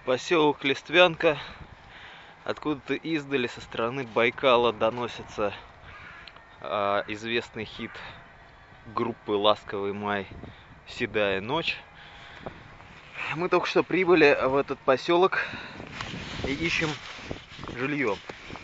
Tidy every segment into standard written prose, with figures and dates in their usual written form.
Поселок Листвянка. Откуда-то издали со стороны Байкала доносится известный хит группы «Ласковый май» «Седая ночь». Мы только что прибыли в этот поселок и ищем жилье.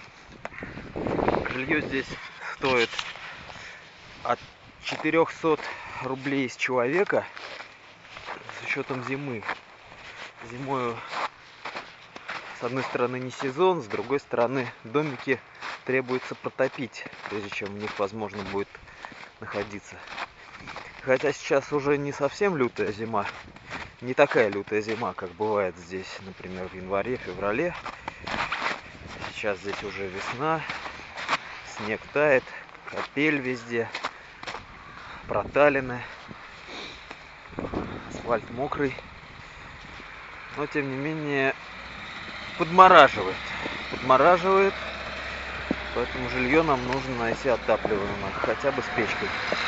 Жилье здесь стоит от 400 рублей с человека с учетом зимы. Зимою, с одной стороны, не сезон, с другой стороны, домики требуется протопить, прежде чем в них возможно будет находиться. Хотя сейчас уже не совсем лютая зима, не такая лютая зима, как бывает здесь, например, в январе-феврале. Сейчас здесь уже весна, снег тает, капель везде, проталины, асфальт мокрый. Но, тем не менее, подмораживает, поэтому жилье нам нужно найти отапливаемое, хотя бы с печкой.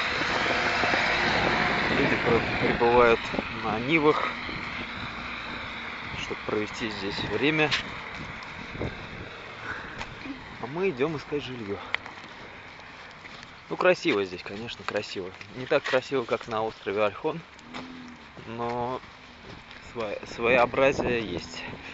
Люди прибывают на нивах, чтобы провести здесь время, а мы идем искать жилье. Ну, красиво здесь, конечно, красиво. Не так красиво, как на острове Ольхон, но своеобразие есть.